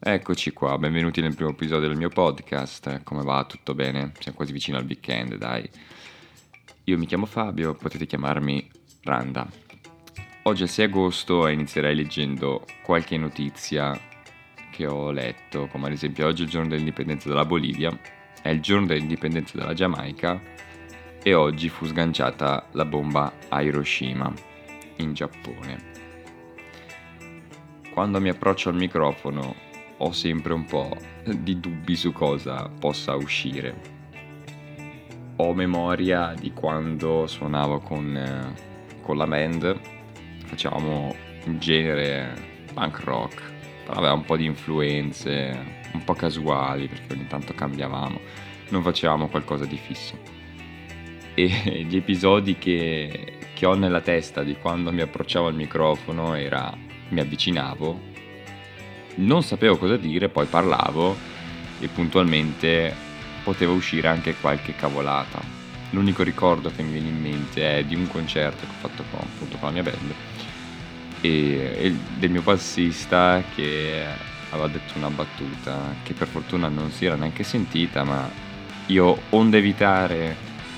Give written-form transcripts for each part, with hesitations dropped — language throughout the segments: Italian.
Eccoci qua, benvenuti nel primo episodio del mio podcast. Come va? Tutto bene? Siamo quasi vicino al weekend, dai. Io mi chiamo Fabio, potete chiamarmi Randa. Oggi è il 6 agosto e inizierei leggendo qualche notizia che ho letto, come ad esempio oggi è il giorno dell'indipendenza della Bolivia, è il giorno dell'indipendenza della Giamaica e oggi fu sganciata la bomba a Hiroshima, in Giappone. Quando mi approccio al microfono ho sempre un po' di dubbi su cosa possa uscire. Ho memoria di quando suonavo con la band, facevamo un genere punk rock, però aveva un po' di influenze un po' casuali perché ogni tanto cambiavamo, non facevamo qualcosa di fisso. E gli episodi che ho nella testa di quando mi approcciavo al microfono era mi avvicinavo, non sapevo cosa dire, poi parlavo e puntualmente poteva uscire anche qualche cavolata. L'unico ricordo che mi viene in mente è di un concerto che ho fatto appunto con la mia band e del mio bassista che aveva detto una battuta che per fortuna non si era neanche sentita, ma io, onde evitare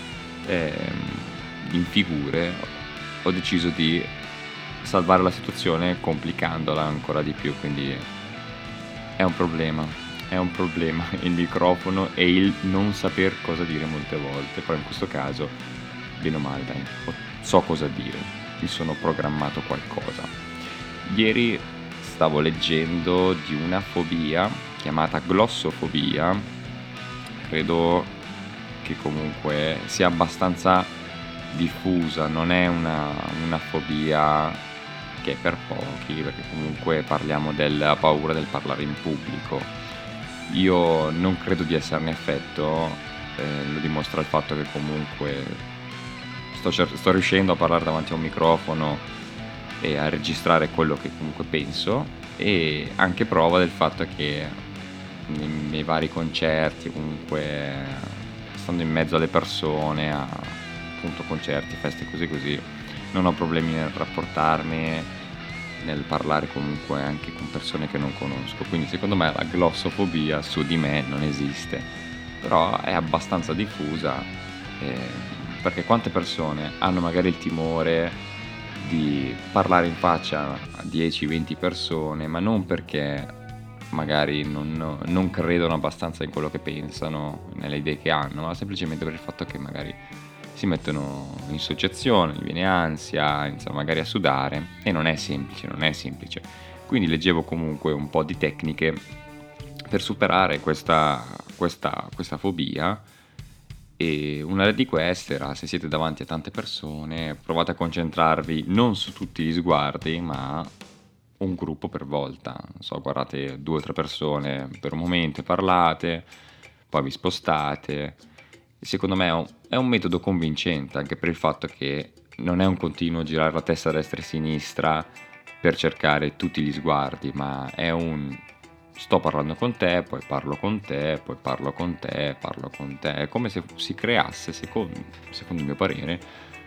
in figure, ho deciso di salvare la situazione complicandola ancora di più, quindi è un problema il microfono e il non saper cosa dire molte volte, però in questo caso, bene o male, dai, so cosa dire, mi sono programmato qualcosa. Ieri stavo leggendo di una fobia chiamata glossofobia, credo che comunque sia abbastanza diffusa, non è una fobia che è per pochi, perché comunque parliamo della paura del parlare in pubblico. Io non credo di esserne affetto, lo dimostra il fatto che comunque sto riuscendo a parlare davanti a un microfono e a registrare quello che comunque penso, e anche prova del fatto che nei miei vari concerti, comunque stando in mezzo alle persone, a appunto concerti, feste così, non ho problemi nel rapportarmi, nel parlare comunque anche con persone che non conosco, quindi secondo me la glossofobia su di me non esiste, però è abbastanza diffusa, perché quante persone hanno magari il timore di parlare in faccia a 10-20 persone, ma non perché magari non credono abbastanza in quello che pensano, nelle idee che hanno, ma semplicemente per il fatto che magari si mettono in soggezione, gli viene ansia, iniziano magari a sudare e non è semplice. Quindi leggevo comunque un po' di tecniche per superare questa fobia, e una di queste era: se siete davanti a tante persone, provate a concentrarvi non su tutti gli sguardi, ma un gruppo per volta. Non so, guardate 2 o 3 persone per un momento e parlate, poi vi spostate. Secondo me è un metodo convincente, anche per il fatto che non è un continuo girare la testa a destra e a sinistra per cercare tutti gli sguardi, ma è un sto parlando con te, poi parlo con te, poi parlo con te, parlo con te. È come se si creasse, secondo il mio parere,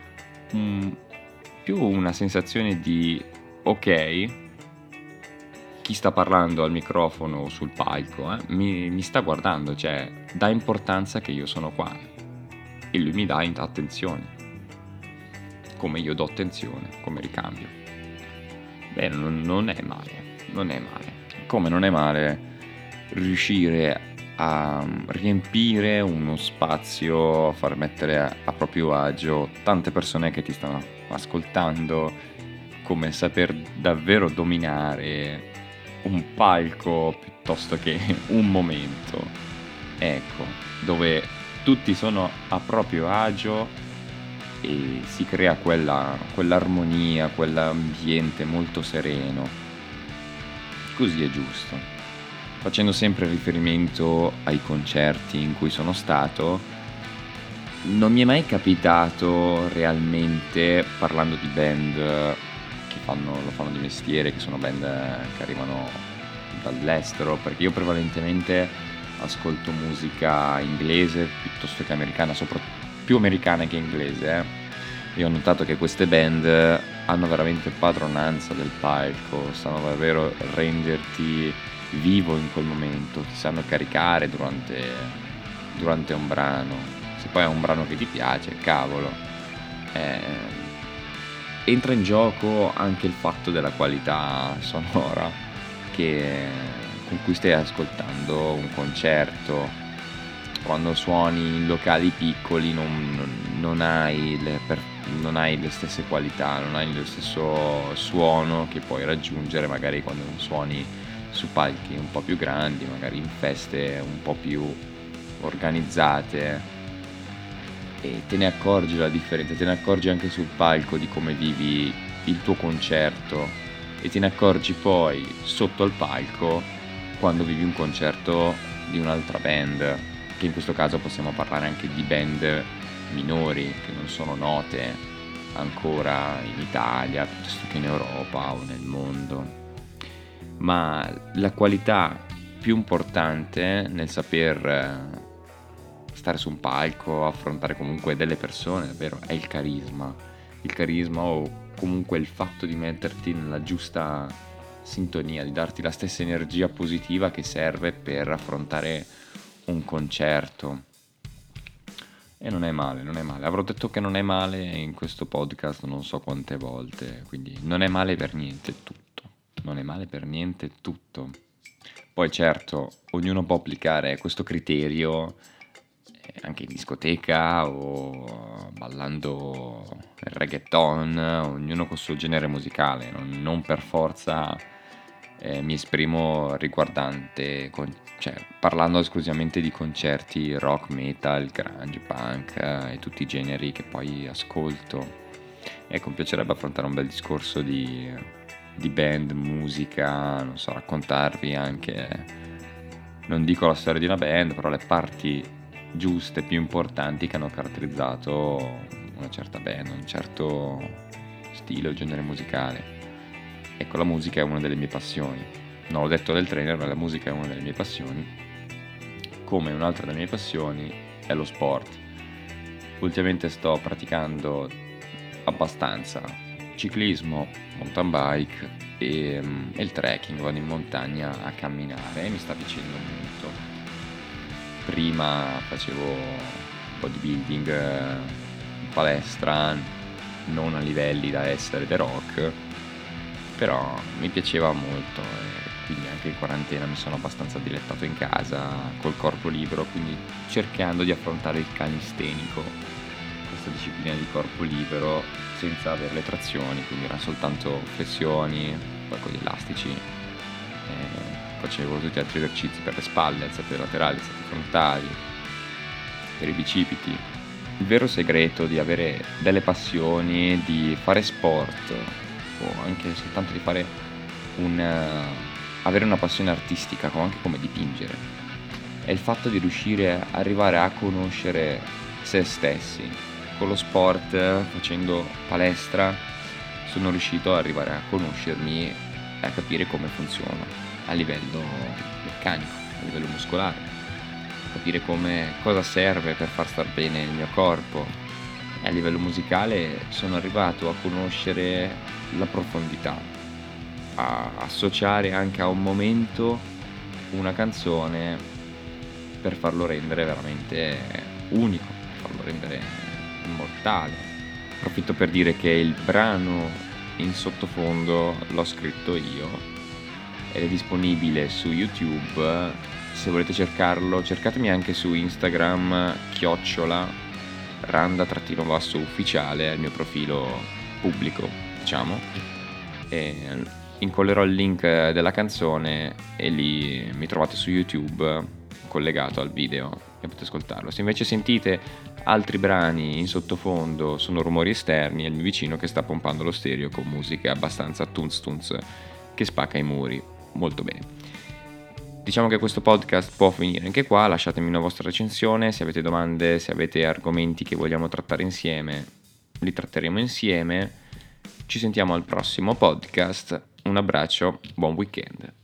più una sensazione di ok, chi sta parlando al microfono o sul palco mi sta guardando, cioè dà importanza che io sono qua e lui mi dà attenzione, come io do attenzione, come ricambio. Beh, non è male. Come non è male riuscire a riempire uno spazio, a far mettere a proprio agio tante persone che ti stanno ascoltando, come saper davvero dominare un palco piuttosto che un momento, ecco, dove tutti sono a proprio agio e si crea quell'armonia, quell'ambiente molto sereno. Così è giusto. Facendo sempre riferimento ai concerti in cui sono stato, non mi è mai capitato realmente, parlando di band che lo fanno di mestiere, che sono band che arrivano dall'estero, perché io prevalentemente ascolto musica inglese piuttosto che americana, più americana che inglese. E ho notato che queste band hanno veramente padronanza del palco, sanno davvero renderti vivo in quel momento, ti sanno caricare durante un brano. Se poi è un brano che ti piace, cavolo, entra in gioco anche il fatto della qualità sonora con cui stai ascoltando un concerto. Quando suoni in locali piccoli non hai le stesse qualità, non hai lo stesso suono che puoi raggiungere magari quando suoni su palchi un po' più grandi, magari in feste un po' più organizzate, e te ne accorgi la differenza, te ne accorgi anche sul palco di come vivi il tuo concerto, e te ne accorgi poi sotto al palco quando vivi un concerto di un'altra band, che in questo caso possiamo parlare anche di band minori che non sono note ancora in Italia piuttosto che in Europa o nel mondo. Ma la qualità più importante nel saper stare su un palco, affrontare comunque delle persone, davvero, è il carisma o comunque il fatto di metterti nella giusta sintonia, di darti la stessa energia positiva che serve per affrontare un concerto. E non è male. Avrò detto che non è male in questo podcast non so quante volte, quindi non è male per niente tutto. Poi certo, ognuno può applicare questo criterio anche in discoteca o ballando il reggaeton, ognuno col suo genere musicale, non per forza mi esprimo parlando esclusivamente di concerti rock, metal, grunge, punk e tutti i generi che poi ascolto. Ecco, mi piacerebbe affrontare un bel discorso di band, musica, non so, raccontarvi anche, non dico la storia di una band, però le parti giuste, più importanti che hanno caratterizzato una certa band, un certo stile o genere musicale. Ecco, la musica è una delle mie passioni. Non l'ho detto del trainer, ma la musica è una delle mie passioni. Come un'altra delle mie passioni è lo sport. Ultimamente sto praticando abbastanza ciclismo, mountain bike e il trekking. Vado in montagna a camminare e mi sta piacendo molto. Prima facevo bodybuilding in palestra, non a livelli da essere The Rock, però mi piaceva molto, e quindi anche in quarantena mi sono abbastanza dilettato in casa col corpo libero, quindi cercando di affrontare il calistenico, questa disciplina di corpo libero senza avere le trazioni, quindi erano soltanto flessioni, poi con gli elastici, facevo tutti gli altri esercizi per le spalle, alzate laterali, alzate frontali, per i bicipiti. Il vero segreto di avere delle passioni, di fare sport o anche soltanto di fare avere una passione artistica, anche come dipingere, è il fatto di riuscire a arrivare a conoscere se stessi. Con lo sport, facendo palestra, sono riuscito ad arrivare a conoscermi e a capire come funziono a livello meccanico, a livello muscolare, capire cosa serve per far star bene il mio corpo, e a livello musicale sono arrivato a conoscere la profondità, a associare anche a un momento una canzone per farlo rendere veramente unico, per farlo rendere immortale. Approfitto per dire che il brano in sottofondo l'ho scritto io ed è disponibile su YouTube. Se volete cercarlo, cercatemi anche su Instagram @randa_ufficiale, è il mio profilo pubblico, diciamo, e incollerò il link della canzone e lì mi trovate su YouTube collegato al video e potete ascoltarlo. Se invece sentite altri brani in sottofondo, sono rumori esterni, è il mio vicino che sta pompando lo stereo con musica abbastanza tunz che spacca i muri molto bene. Diciamo che questo podcast può finire anche qua. Lasciatemi una vostra recensione, se avete domande, se avete argomenti che vogliamo trattare insieme, li tratteremo insieme. Ci sentiamo al prossimo podcast, un abbraccio, buon weekend.